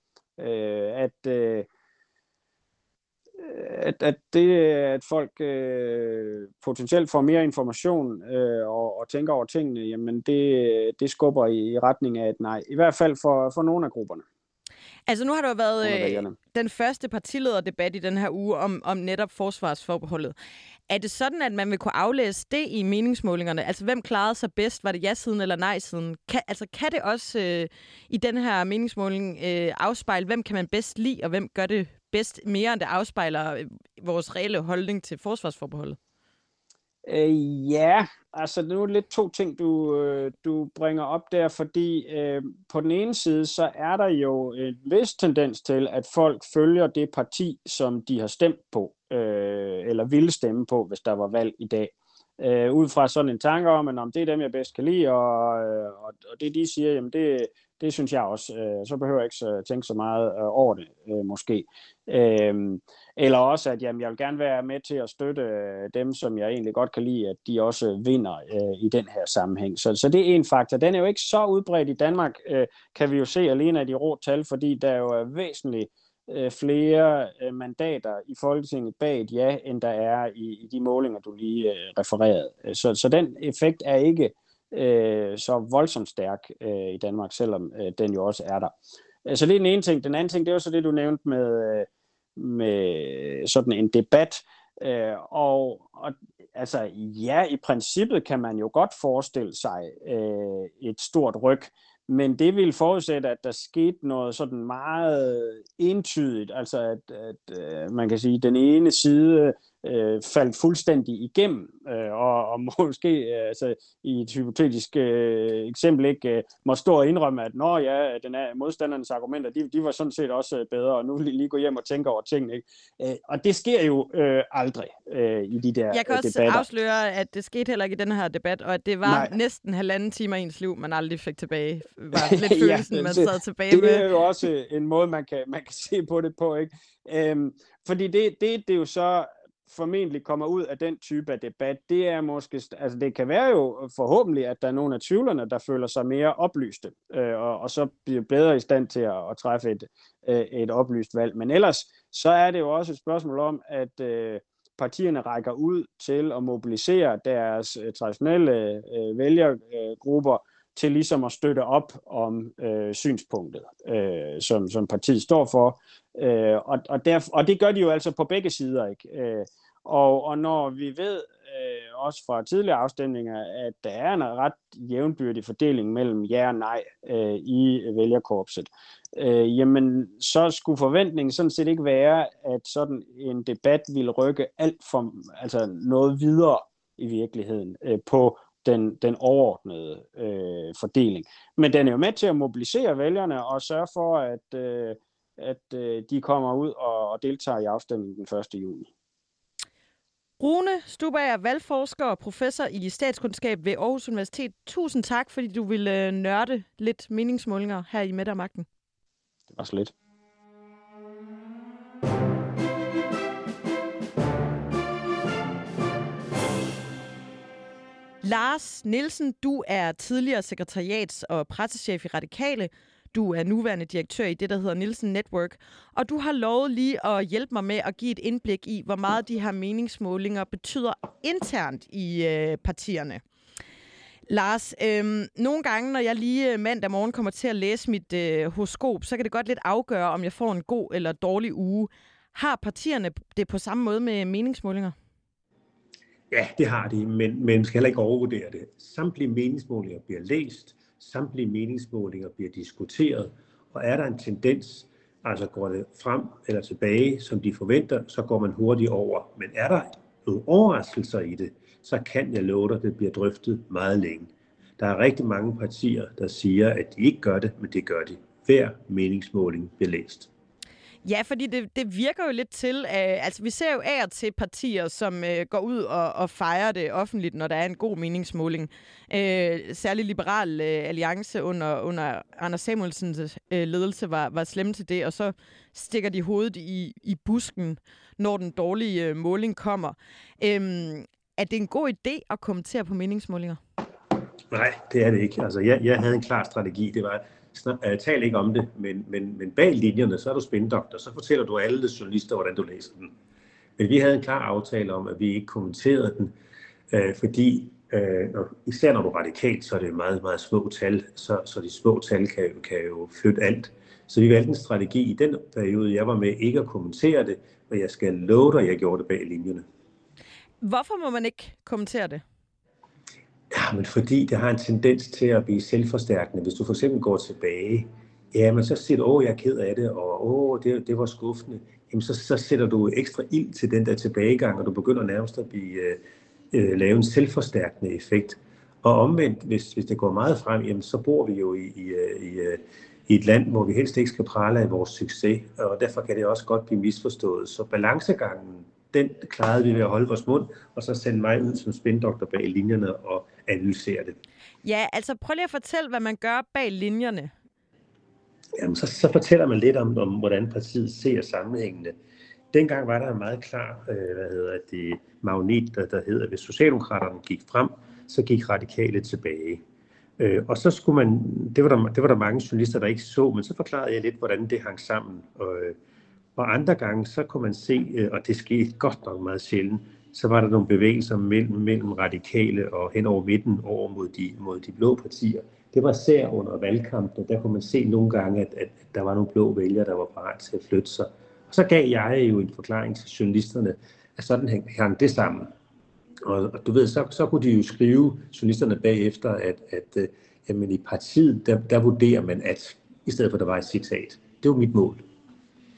At folk potentielt får mere information og tænker over tingene, jamen det skubber i retning af et nej. I hvert fald for nogle af grupperne. Altså nu har der jo været den første partilederdebat i den her uge om netop forsvarsforbeholdet. Er det sådan, at man vil kunne aflæse det i meningsmålingerne? Altså hvem klarede sig bedst? Var det ja-siden eller nej-siden? Kan det også i den her meningsmåling afspejle, hvem kan man bedst lide, og hvem gør det bedst mere, end det afspejler vores reelle holdning til forsvarsforbeholdet? Ja, altså nu er det lidt 2 ting, du bringer op der, fordi på den ene side, så er der jo en vis tendens til, at folk følger det parti, som de har stemt på, eller ville stemme på, hvis der var valg i dag. Ud fra sådan en tanke om, at det er dem, jeg bedst kan lide, og det de siger, jamen det synes jeg også. Så behøver jeg ikke tænke så meget over det, måske. Eller også, at jamen, jeg vil gerne være med til at støtte dem, som jeg egentlig godt kan lide, at de også vinder i den her sammenhæng. Så det er en faktor. Den er jo ikke så udbredt i Danmark, kan vi jo se alene af de rå tal, fordi der jo er væsentligt flere mandater i Folketinget bag et ja, end der er i de målinger, du lige refererede. Så den effekt er ikke så voldsomt stærk i Danmark, selvom den jo også er der. Så det er den ene ting. Den anden ting, det er jo så det, du nævnte med sådan en debat. Og altså ja, i princippet kan man jo godt forestille sig et stort ryg, men det vil forudsætte, at der skete noget sådan meget entydigt, altså at man kan sige, at den ene side faldt fuldstændig igennem, og måske altså, i et hypotetisk eksempel ikke må stå og indrømme, at modstandernes argumenter, de var sådan set også bedre, og nu lige gå hjem og tænke over tingene. Ikke? Og det sker jo aldrig i de der debatter. Jeg kan også afsløre, at det skete heller ikke i den her debat, og at det var næsten 1,5 time af ens liv, man aldrig fik tilbage. Var lidt følelsen, man sad tilbage med. Det er jo også en måde, man kan se på det på, ikke? Fordi det jo så formentlig kommer ud af den type af debat, det er måske, altså det kan være jo forhåbentlig, at der er nogle af tvivlerne, der føler sig mere oplyste, og så bliver bedre i stand til at træffe et oplyst valg. Men ellers, så er det jo også et spørgsmål om, at partierne rækker ud til at mobilisere deres traditionelle vælgergrupper til ligesom at støtte op om synspunktet, som partiet står for. Og det gør de jo altså på begge sider, ikke? Og når vi ved, også fra tidligere afstemninger, at der er en ret jævnbyrdig fordeling mellem ja og nej i vælgerkorpset, jamen så skulle forventningen sådan set ikke være, at sådan en debat ville rykke altså noget videre i virkeligheden på den overordnede fordeling. Men den er jo med til at mobilisere vælgerne og sørge for, at de kommer ud og deltager i afstemningen den 1. juni. Rune Stubager, valgforsker og professor i statskundskab ved Aarhus Universitet. Tusind tak, fordi du ville nørde lidt meningsmålinger her i Mette og Magten. Det var så lidt. Lars Nielsen, du er tidligere sekretariats- og pressechef i Radikale. Du er nuværende direktør i det, der hedder Nielsen Network. Og du har lovet lige at hjælpe mig med at give et indblik i, hvor meget de her meningsmålinger betyder internt i partierne. Lars, nogle gange, når jeg lige mandag morgen kommer til at læse mit horoskop, så kan det godt lidt afgøre, om jeg får en god eller dårlig uge. Har partierne det på samme måde med meningsmålinger? Ja, det har de, men man skal heller ikke overvurdere det. Samtlige meningsmålinger bliver læst, samtlige meningsmålinger bliver diskuteret, og er der en tendens, altså går det frem eller tilbage, som de forventer, så går man hurtigt over. Men er der nogle overraskelser i det, så kan jeg love dig, at det bliver drøftet meget længe. Der er rigtig mange partier, der siger, at de ikke gør det, men det gør de. Hver meningsmåling bliver læst. Ja, fordi det virker jo lidt til, altså vi ser jo af og til partier, som går ud og fejrer det offentligt, når der er en god meningsmåling. Særlig Liberal Alliance under Anders Samuelsens ledelse var slemme til det, og så stikker de hovedet i busken, når den dårlige måling kommer. Er det en god idé at kommentere på meningsmålinger? Nej, det er det ikke. Altså, jeg havde en klar strategi. Det var, tal ikke om det, men bag linjerne, så er du spindoktor. Så fortæller du alle journalister, hvordan du læser den. Men vi havde en klar aftale om, at vi ikke kommenterede den, fordi især når du er radikalt, så er det meget, meget små tal. Så de små tal kan jo flytte alt. Så vi valgte en strategi i den periode, jeg var med, ikke at kommentere det, men jeg skal love dig, at jeg gjorde det bag linjerne. Hvorfor må man ikke kommentere det? Ja, men fordi det har en tendens til at blive selvforstærkende. Hvis du for eksempel går tilbage, men så siger du, jeg er ked af det, og det var skuffende. Jamen, så sætter du ekstra ild til den der tilbagegang, og du begynder nærmest at lave en selvforstærkende effekt. Og omvendt, hvis det går meget frem, jamen, så bor vi jo i et land, hvor vi helst ikke skal prale af vores succes, og derfor kan det også godt blive misforstået. Så balancegangen, den klarede vi ved at holde vores mund, og så sende mig ud som spindoktor bag linjerne og analysere det. Ja, altså prøv lige at fortælle, hvad man gør bag linjerne. Jamen, så fortæller man lidt om hvordan partiet ser sammenhængende. Dengang var der en meget klar magnet, der hedder, at hvis Socialdemokraterne gik frem, så gik Radikale tilbage. Og så skulle man, det var der mange journalister, der ikke så, men så forklarede jeg lidt, hvordan det hang sammen. Og andre gange, så kunne man se, og det skete godt nok meget sjældent, så var der nogle bevægelser mellem radikale og hen over midten over mod de blå partier. Det var især under valgkampen, der kunne man se nogle gange, at der var nogle blå vælgere, der var parat til at flytte sig. Og så gav jeg jo en forklaring til journalisterne, at sådan hang det sammen. Og du ved, så kunne de jo skrive journalisterne bagefter, at jamen i partiet, der vurderer man, at i stedet for, at der var et citat. Det var mit mål.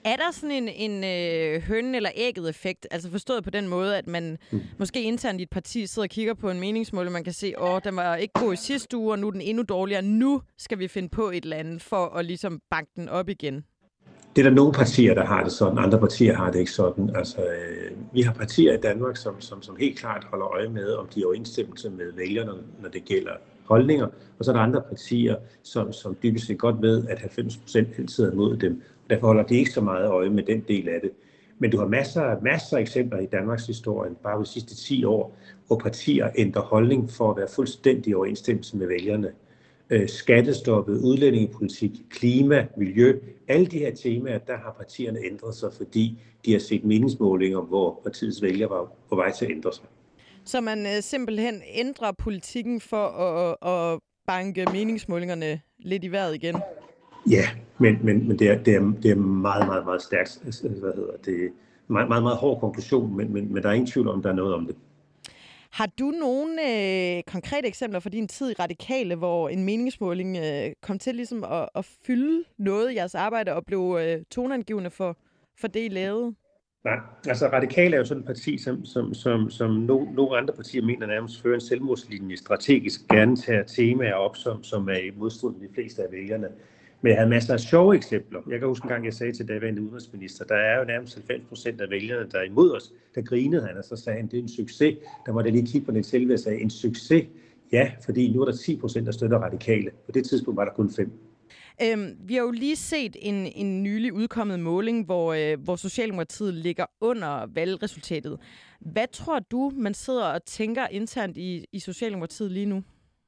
Er der sådan en hønen eller ægget effekt, altså forstået på den måde, at man måske internt i et parti sidder og kigger på en meningsmåling, man kan se, den var ikke god i sidste uge, og nu er den endnu dårligere. Nu skal vi finde på et eller andet for at ligesom banke den op igen. Det er der nogle partier, der har det sådan, andre partier har det ikke sådan. Altså, vi har partier i Danmark, som helt klart holder øje med, om de er overensstemmelse med vælgerne, når det gælder holdninger. Og så er der andre partier, som dybest set godt ved, at 90% altid er imod dem. Derfor holder de ikke så meget øje med den del af det. Men du har masser af eksempler i Danmarks historie, bare de sidste 10 år, hvor partier ændrer holdning for at være fuldstændig i overensstemmelse med vælgerne. Skattestoppet, udlændingepolitik, klima, miljø, alle de her temaer, der har partierne ændret sig, fordi de har set meningsmålinger, hvor partiets vælgere var på vej til at ændre sig. Så man simpelthen ændrer politikken for at banke meningsmålingerne lidt i vejret igen? Ja, men det er meget, meget, meget stærkt. Det er meget, meget, meget hård konklusion, men der er ingen tvivl om, der er noget om det. Har du nogle konkrete eksempler fra din tid i Radikale, hvor en meningsmåling kom til ligesom at fylde noget i jeres arbejde og blev toneangivende for det, I lavede? Nej, altså Radikale er jo sådan et parti, som nogle andre partier mener nærmest fører en selvmordslinje strategisk, gerne tager temaer op, som er i modstrid med de fleste af vælgerne. Men jeg havde masser af sjove eksempler. Jeg kan huske en gang, jeg sagde til daværende udenrigsminister, der er jo nærmest 90% af vælgerne, der er imod os. Der grinede han, og så sagde han, det er en succes. Der måtte jeg lige kigge på den selve og sagde, en succes? Ja, fordi nu er der 10%, der støtter Radikale. På det tidspunkt var der kun 5. Vi har jo lige set en nylig udkommet måling, hvor Socialdemokratiet ligger under valgresultatet. Hvad tror du, man sidder og tænker internt i Socialdemokratiet lige nu?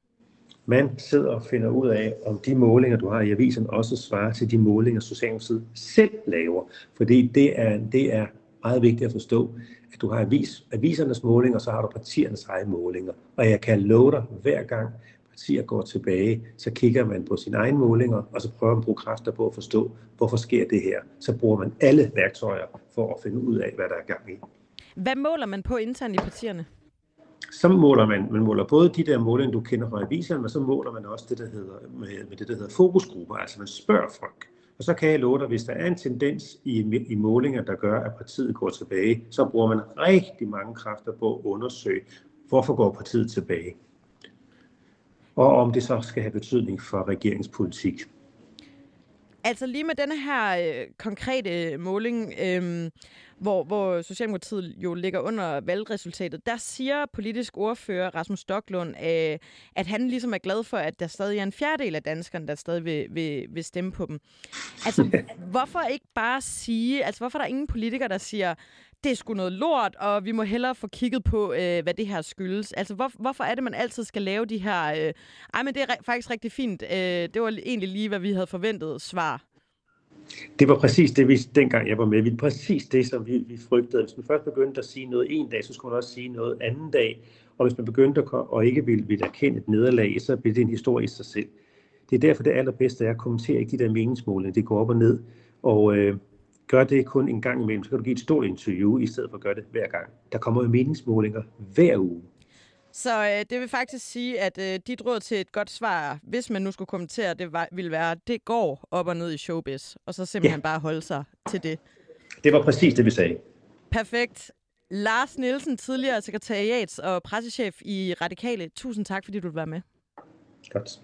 Man sidder og finder ud af, om de målinger, du har i avisen, også svarer til de målinger, Socialdemokratiet selv laver. Fordi det er meget vigtigt at forstå, at du har avisernes målinger, og så har du partiernes egne målinger. Og jeg kan love dig, hver gang partier går tilbage, så kigger man på sine egne målinger, og så prøver man at bruge kræfter på at forstå, hvorfor sker det her. Så bruger man alle værktøjer for at finde ud af, hvad der er gang i. Hvad måler man på internt i partierne? Så måler man måler både de der målinger, du kender fra aviserne, men så måler man også det, der hedder fokusgrupper. Altså man spørger folk. Og så kan jeg love dig, hvis der er en tendens i målinger, der gør, at partiet går tilbage, så bruger man rigtig mange kræfter på at undersøge, hvorfor går partiet tilbage. Og om det så skal have betydning for regeringspolitik. Altså lige med denne her konkrete måling, hvor Socialdemokratiet jo ligger under valgresultatet, der siger politisk ordfører Rasmus Stoklund, at han ligesom er glad for, at der stadig er en fjerdedel af danskerne, der stadig vil stemme på dem. Altså hvorfor ikke bare sige, altså hvorfor er der ingen politikere, der siger, det er sgu noget lort, og vi må hellere få kigget på, hvad det her skyldes. Altså, hvorfor er det, man altid skal lave de her... men det er faktisk rigtig fint. Det var egentlig lige, hvad vi havde forventet svar. Det var præcis det, dengang jeg var med. Det var præcis det, som vi frygtede. Hvis man først begyndte at sige noget en dag, så skulle man også sige noget anden dag. Og hvis man begyndte at ikke ville erkende et nederlag, så blev det en historie i sig selv. Det er derfor det allerbedste er at kommentere ikke de der meningsmålinger. Det går op og ned. Og gør det kun en gang imellem, så kan du give et stort interview, i stedet for at gøre det hver gang. Der kommer jo meningsmålinger hver uge. Så det vil faktisk sige, at dit råd til et godt svar, hvis man nu skulle kommentere, det ville være, at det går op og ned i showbiz, og så simpelthen bare holde sig til det. Det var præcis det, vi sagde. Perfekt. Lars Nielsen, tidligere sekretariats- og pressechef i Radikale. Tusind tak, fordi du ville være med. Godt.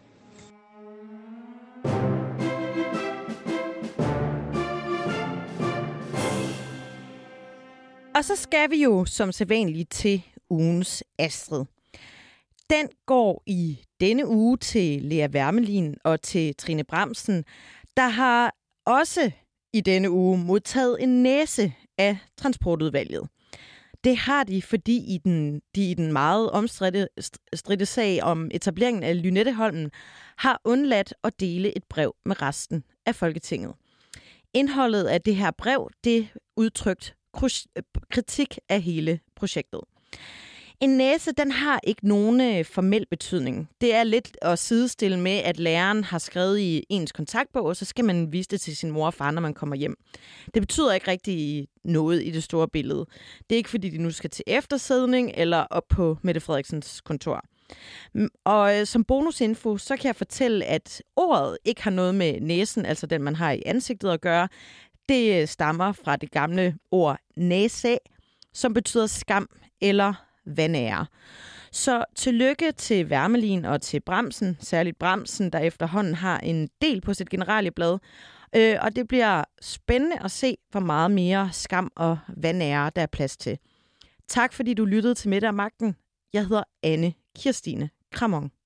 Og så skal vi jo som sædvanligt til ugens Astrid. Den går i denne uge til Lea Wermelin og til Trine Bramsen, der har også i denne uge modtaget en næse af Transportudvalget. Det har de, fordi de i den meget omstridte sag om etableringen af Lynetteholmen har undladt at dele et brev med resten af Folketinget. Indholdet af det her brev, det udtrykt kritik af hele projektet. En næse, den har ikke nogen formel betydning. Det er lidt at sidestille med, at læreren har skrevet i ens kontaktbog, og så skal man vise det til sin mor og far, når man kommer hjem. Det betyder ikke rigtig noget i det store billede. Det er ikke, fordi de nu skal til eftersædning eller op på Mette Frederiksens kontor. Og som bonusinfo, så kan jeg fortælle, at ordet ikke har noget med næsen, altså den, man har i ansigtet at gøre. Det stammer fra det gamle ord næsæ, som betyder skam eller vanære. Så tillykke til Wermelin og til Bramsen, særligt Bramsen, der efterhånden har en del på sit generalieblad. Og det bliver spændende at se, hvor meget mere skam og vanære der er plads til. Tak fordi du lyttede til Mette og Magten. Jeg hedder Anne Kirstine Kramon.